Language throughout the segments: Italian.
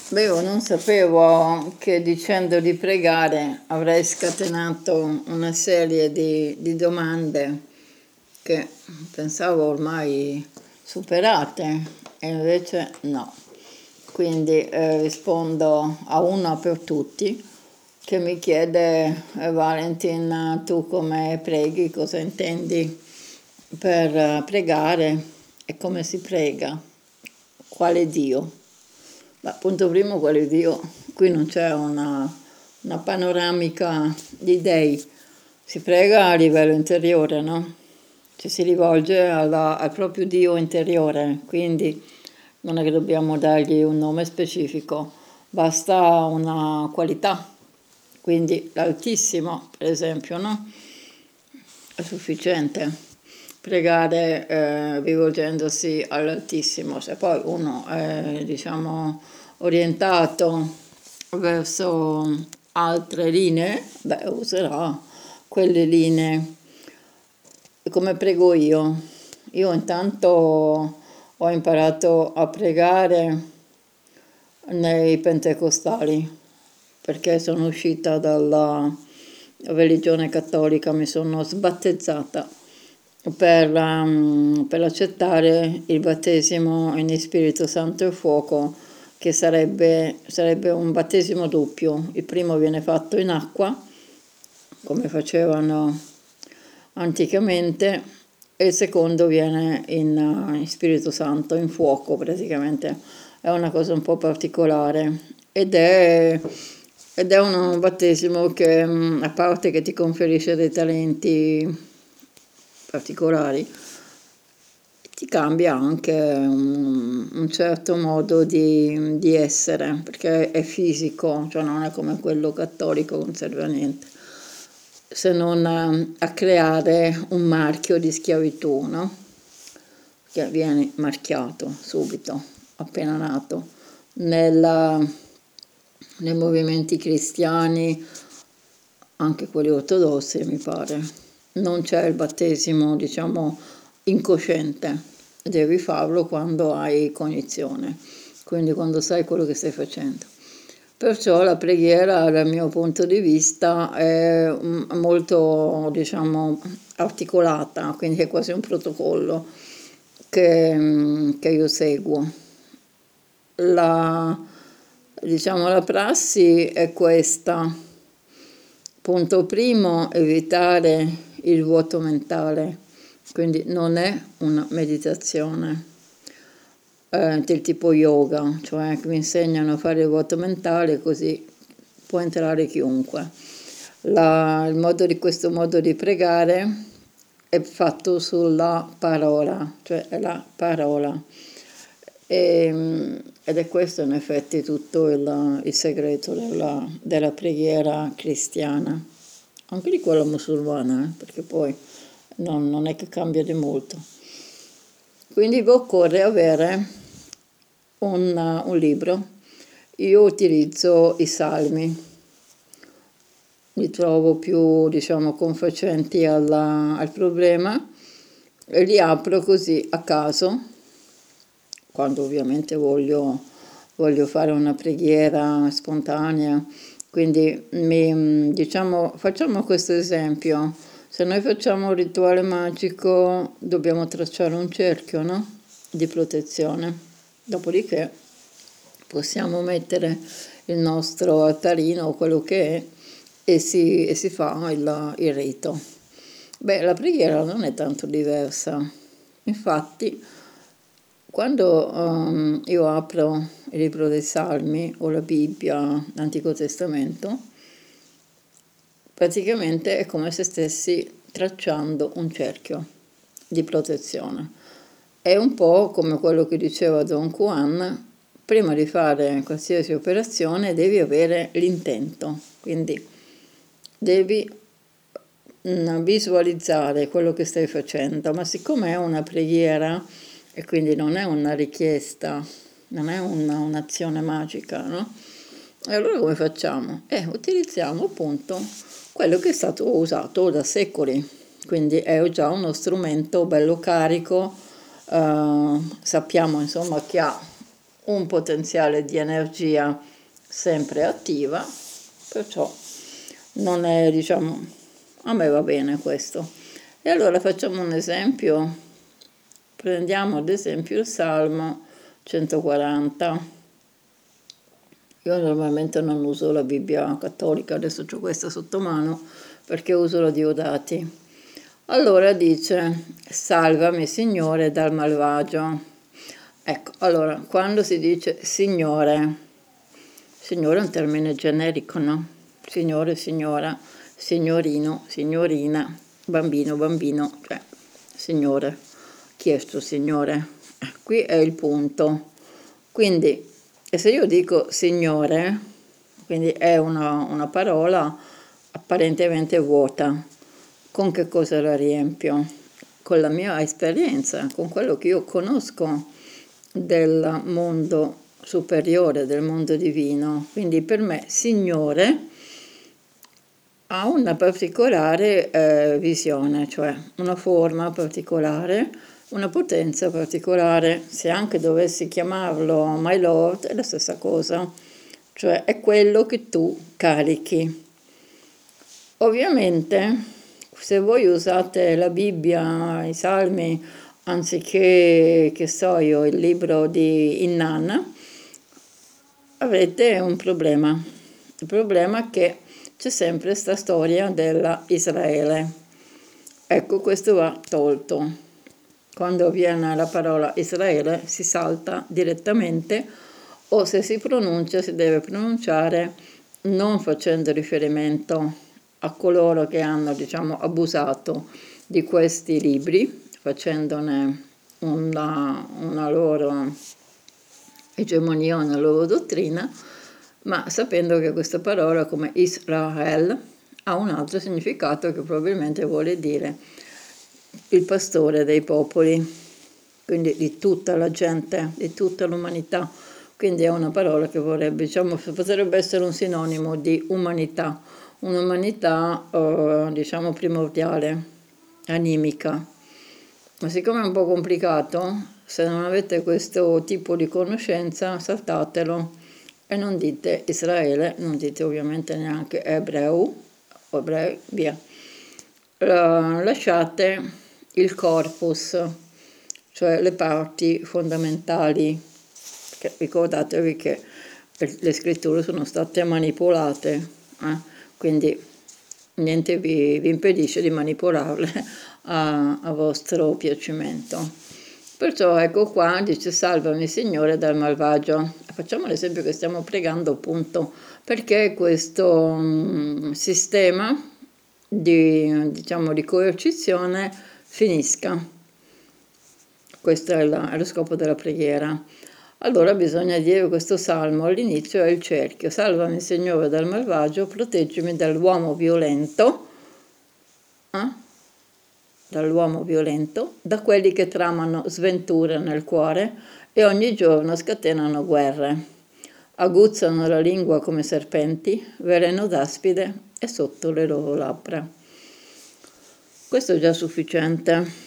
Beh, io non sapevo che dicendo di pregare avrei scatenato una serie di domande che pensavo ormai superate e invece no. Quindi rispondo a una per tutti che mi chiede Valentin, tu come preghi, cosa intendi per pregare e come si prega? Quale Dio? Ma punto primo, quale Dio? Qui non c'è una panoramica di dei, si prega a livello interiore, no? Ci si rivolge al proprio Dio interiore, quindi non è che dobbiamo dargli un nome specifico, basta una qualità, quindi l'Altissimo, per esempio, no? È sufficiente pregare rivolgendosi all'Altissimo. Se poi uno è, diciamo, orientato verso altre linee, beh, userà quelle linee. E come prego io? Io intanto ho imparato a pregare nei pentecostali, perché sono uscita dalla religione cattolica, mi sono sbattezzata per accettare il battesimo in Spirito Santo e Fuoco, che sarebbe un battesimo doppio. Il primo viene fatto in acqua, come facevano anticamente, e il secondo viene in Spirito Santo, in fuoco praticamente. È una cosa un po' particolare ed è un battesimo che, a parte che ti conferisce dei talenti particolari, ti cambia anche un certo modo di essere, perché è fisico, cioè non è come quello cattolico, non serve a niente, se non a creare un marchio di schiavitù, no? Che viene marchiato subito, appena nato, nei movimenti cristiani, anche quelli ortodossi mi pare, non c'è il battesimo, diciamo, incosciente, devi farlo quando hai cognizione, quindi quando sai quello che stai facendo. Perciò la preghiera, dal mio punto di vista, è molto, diciamo, articolata, quindi è quasi un protocollo che io seguo. Diciamo, la prassi è questa. Punto primo, evitare il vuoto mentale, quindi non è una meditazione del tipo yoga, cioè che mi insegnano a fare il vuoto mentale così può entrare chiunque. Questo modo di pregare è fatto sulla parola, cioè è la parola. Ed è questo in effetti tutto il segreto della preghiera cristiana, anche di quella musulmana, perché poi non è che cambia di molto. Quindi occorre avere un libro. Io utilizzo i salmi, li trovo più, diciamo, confacenti al problema e li apro così a caso, quando ovviamente voglio fare una preghiera spontanea. Quindi diciamo, facciamo questo esempio. Se noi facciamo un rituale magico dobbiamo tracciare un cerchio, no? Di protezione. Dopodiché possiamo mettere il nostro altarino o quello che è e si fa il rito. Beh, la preghiera non è tanto diversa. Infatti, quando io apro il libro dei Salmi o la Bibbia, l'Antico Testamento, praticamente è come se stessi tracciando un cerchio di protezione. È un po' come quello che diceva Don Juan: prima di fare qualsiasi operazione devi avere l'intento, quindi devi visualizzare quello che stai facendo, ma siccome è una preghiera e quindi non è una richiesta, non è un'azione magica, no? E allora come facciamo? Utilizziamo appunto quello che è stato usato da secoli, quindi è già uno strumento bello carico, sappiamo insomma che ha un potenziale di energia sempre attiva, perciò non è, diciamo, a me va bene questo. E allora facciamo un esempio, prendiamo ad esempio il Salmo 140. Io normalmente non uso la Bibbia cattolica, adesso ho questa sotto mano perché uso la Diodati. Allora dice: salvami Signore dal malvagio. Ecco, allora, quando si dice Signore è un termine generico, no? Signore, signora, signorino, signorina, bambino, bambino, cioè Signore, chiesto Signore. Qui è il punto. Quindi, e se io dico Signore, quindi è una parola apparentemente vuota, con che cosa la riempio? Con la mia esperienza, con quello che io conosco del mondo superiore, del mondo divino. Quindi per me Signore ha una particolare visione, cioè una forma particolare, una potenza particolare. Se anche dovessi chiamarlo My Lord è la stessa cosa, cioè è quello che tu carichi. Ovviamente se voi usate la Bibbia, i Salmi, anziché, che so io, il libro di Innan, avrete un problema. Il problema è che c'è sempre questa storia della Israele. Ecco, questo va tolto. Quando viene la parola Israele si salta direttamente, o se si pronuncia si deve pronunciare non facendo riferimento a coloro che hanno, diciamo, abusato di questi libri, facendone una loro egemonia, una loro dottrina, ma sapendo che questa parola, come Israel, ha un altro significato che probabilmente vuole dire il pastore dei popoli, quindi di tutta la gente, di tutta l'umanità. Quindi è una parola che vorrebbe, diciamo, potrebbe essere un sinonimo di umanità, un'umanità, diciamo, primordiale, animica. Ma siccome è un po' complicato, se non avete questo tipo di conoscenza, saltatelo e non dite Israele, non dite ovviamente neanche ebrei, via. Lasciate il corpus, cioè le parti fondamentali, perché ricordatevi che le scritture sono state manipolate, quindi niente vi impedisce di manipolarle a vostro piacimento. Perciò ecco qua, dice salvami Signore dal malvagio. Facciamo l'esempio che stiamo pregando appunto perché questo sistema di, diciamo, di coercizione finisca. Questo è lo scopo della preghiera. Allora bisogna dire questo salmo, all'inizio è il cerchio: salvami Signore dal malvagio, proteggimi dall'uomo violento, dall'uomo violento, da quelli che tramano sventure nel cuore e ogni giorno scatenano guerre, aguzzano la lingua come serpenti, veleno d'aspide è sotto le loro labbra. Questo è già sufficiente.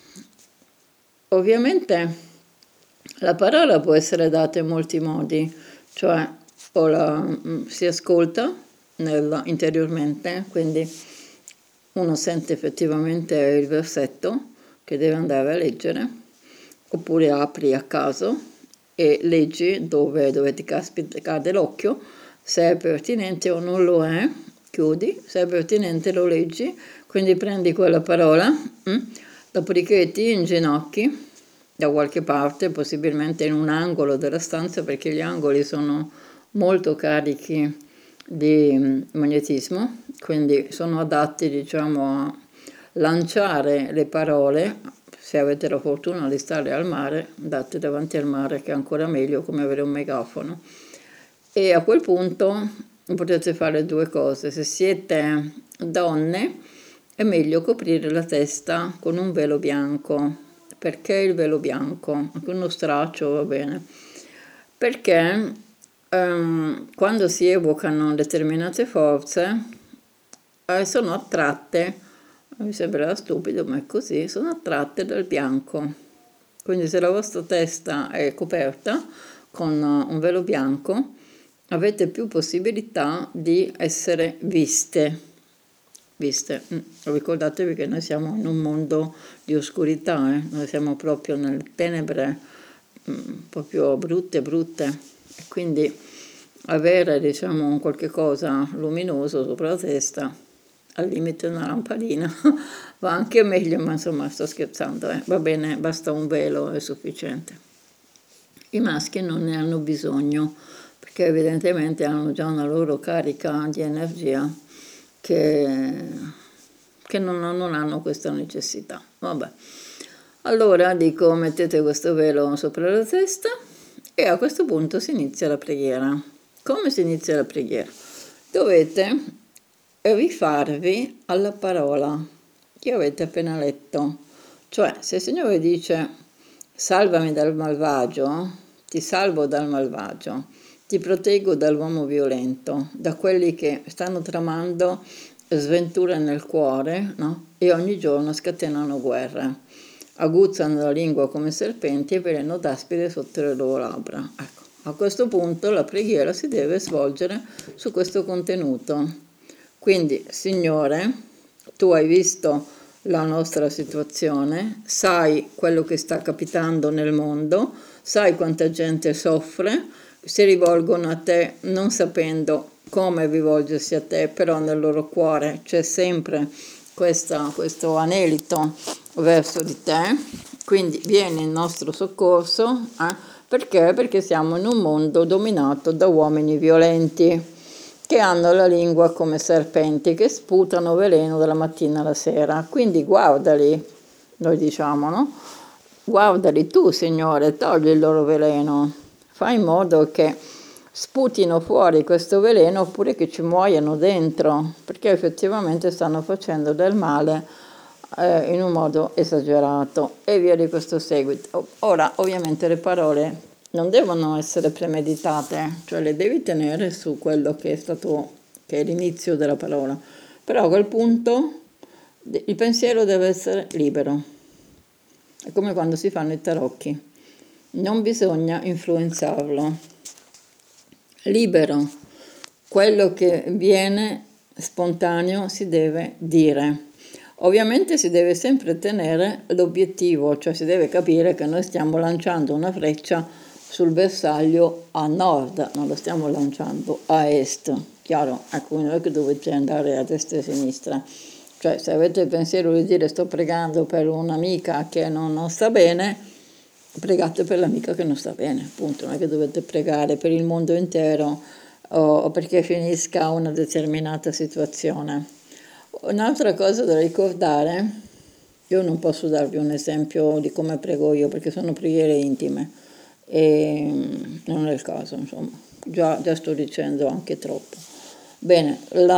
Ovviamente la parola può essere data in molti modi, cioè si ascolta interiormente, quindi uno sente effettivamente il versetto che deve andare a leggere, oppure apri a caso e leggi dove ti cade l'occhio, se è pertinente o non lo è, chiudi, se è pertinente lo leggi, quindi prendi quella parola, dopodiché ti inginocchi da qualche parte, possibilmente in un angolo della stanza, perché gli angoli sono molto carichi di magnetismo, quindi sono adatti, diciamo, a lanciare le parole. Se avete la fortuna di stare al mare, andate davanti al mare, che è ancora meglio, come avere un megafono. E a quel punto potete fare due cose: se siete donne è meglio coprire la testa con un velo bianco. Perché il velo bianco? Anche uno straccio va bene, perché quando si evocano determinate forze sono attratte, mi sembrerà stupido ma è così, sono attratte dal bianco. Quindi se la vostra testa è coperta con un velo bianco avete più possibilità di essere viste. Ricordatevi che noi siamo in un mondo di oscurità, noi siamo proprio nelle tenebre proprio brutte, e quindi avere, diciamo, un qualche cosa luminoso sopra la testa, al limite una lampadina, va anche meglio, ma insomma sto scherzando, va bene, basta un velo, è sufficiente. I maschi non ne hanno bisogno, perché evidentemente hanno già una loro carica di energia che non hanno questa necessità. Vabbè. Allora dico, mettete questo velo sopra la testa e a questo punto si inizia la preghiera. Come si inizia la preghiera? Dovete rifarvi alla parola che avete appena letto. Cioè, se il Signore dice salvami dal malvagio, ti salvo dal malvagio, ti proteggo dall'uomo violento, da quelli che stanno tramando sventure nel cuore, no? E ogni giorno scatenano guerre, aguzzano la lingua come serpenti e veleno d'aspide sotto le loro labbra. Ecco, a questo punto la preghiera si deve svolgere su questo contenuto. Quindi, Signore, tu hai visto la nostra situazione, sai quello che sta capitando nel mondo, sai quanta gente soffre, si rivolgono a te non sapendo come rivolgersi a te, però nel loro cuore c'è sempre questo anelito verso di te, quindi vieni in nostro soccorso, perché? Perché siamo in un mondo dominato da uomini violenti che hanno la lingua come serpenti, che sputano veleno dalla mattina alla sera. Quindi guardali, noi diciamo, no? Guardali tu, Signore, togli il loro veleno, fai in modo che sputino fuori questo veleno oppure che ci muoiano dentro, perché effettivamente stanno facendo del male in un modo esagerato e via di questo seguito. Ora, ovviamente le parole non devono essere premeditate, cioè le devi tenere su quello che è l'inizio della parola, però a quel punto il pensiero deve essere libero, è come quando si fanno i tarocchi, non bisogna influenzarlo, libero, quello che viene spontaneo si deve dire. Ovviamente si deve sempre tenere l'obiettivo, cioè si deve capire che noi stiamo lanciando una freccia sul bersaglio a nord, non lo stiamo lanciando a est. Chiaro, ecco, non è che dovete andare a destra e a sinistra. Cioè, se avete il pensiero di dire sto pregando per un'amica che non sta bene, pregate per l'amica che non sta bene, appunto, non è che dovete pregare per il mondo intero o perché finisca una determinata situazione. Un'altra cosa da ricordare, io non posso darvi un esempio di come prego io perché sono preghiere intime e non è il caso, insomma, già sto dicendo anche troppo. Bene,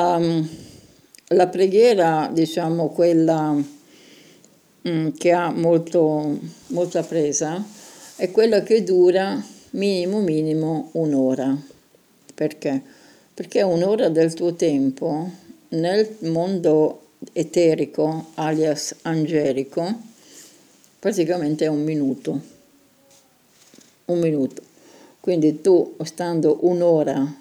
la preghiera, diciamo quella che ha molta presa, è quella che dura minimo un'ora. Perché? Perché un'ora del tuo tempo nel mondo eterico, alias angelico, praticamente è un minuto. Un minuto. Quindi tu, stando un'ora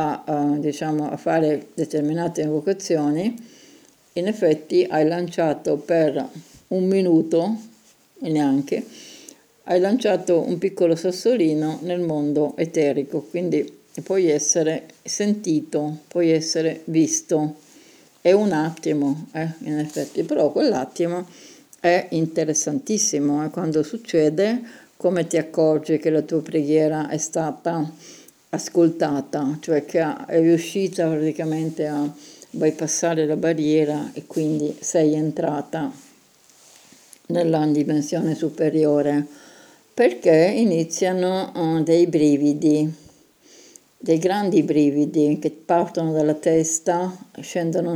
a fare determinate invocazioni, in effetti hai lanciato per un minuto, e neanche, hai lanciato un piccolo sassolino nel mondo eterico, quindi puoi essere sentito, puoi essere visto. È un attimo, in effetti, però quell'attimo è interessantissimo, quando succede, come ti accorgi che la tua preghiera è stata ascoltata, cioè che è riuscita praticamente a bypassare la barriera e quindi sei entrata nella dimensione superiore, perché iniziano dei brividi, dei grandi brividi che partono dalla testa, scendono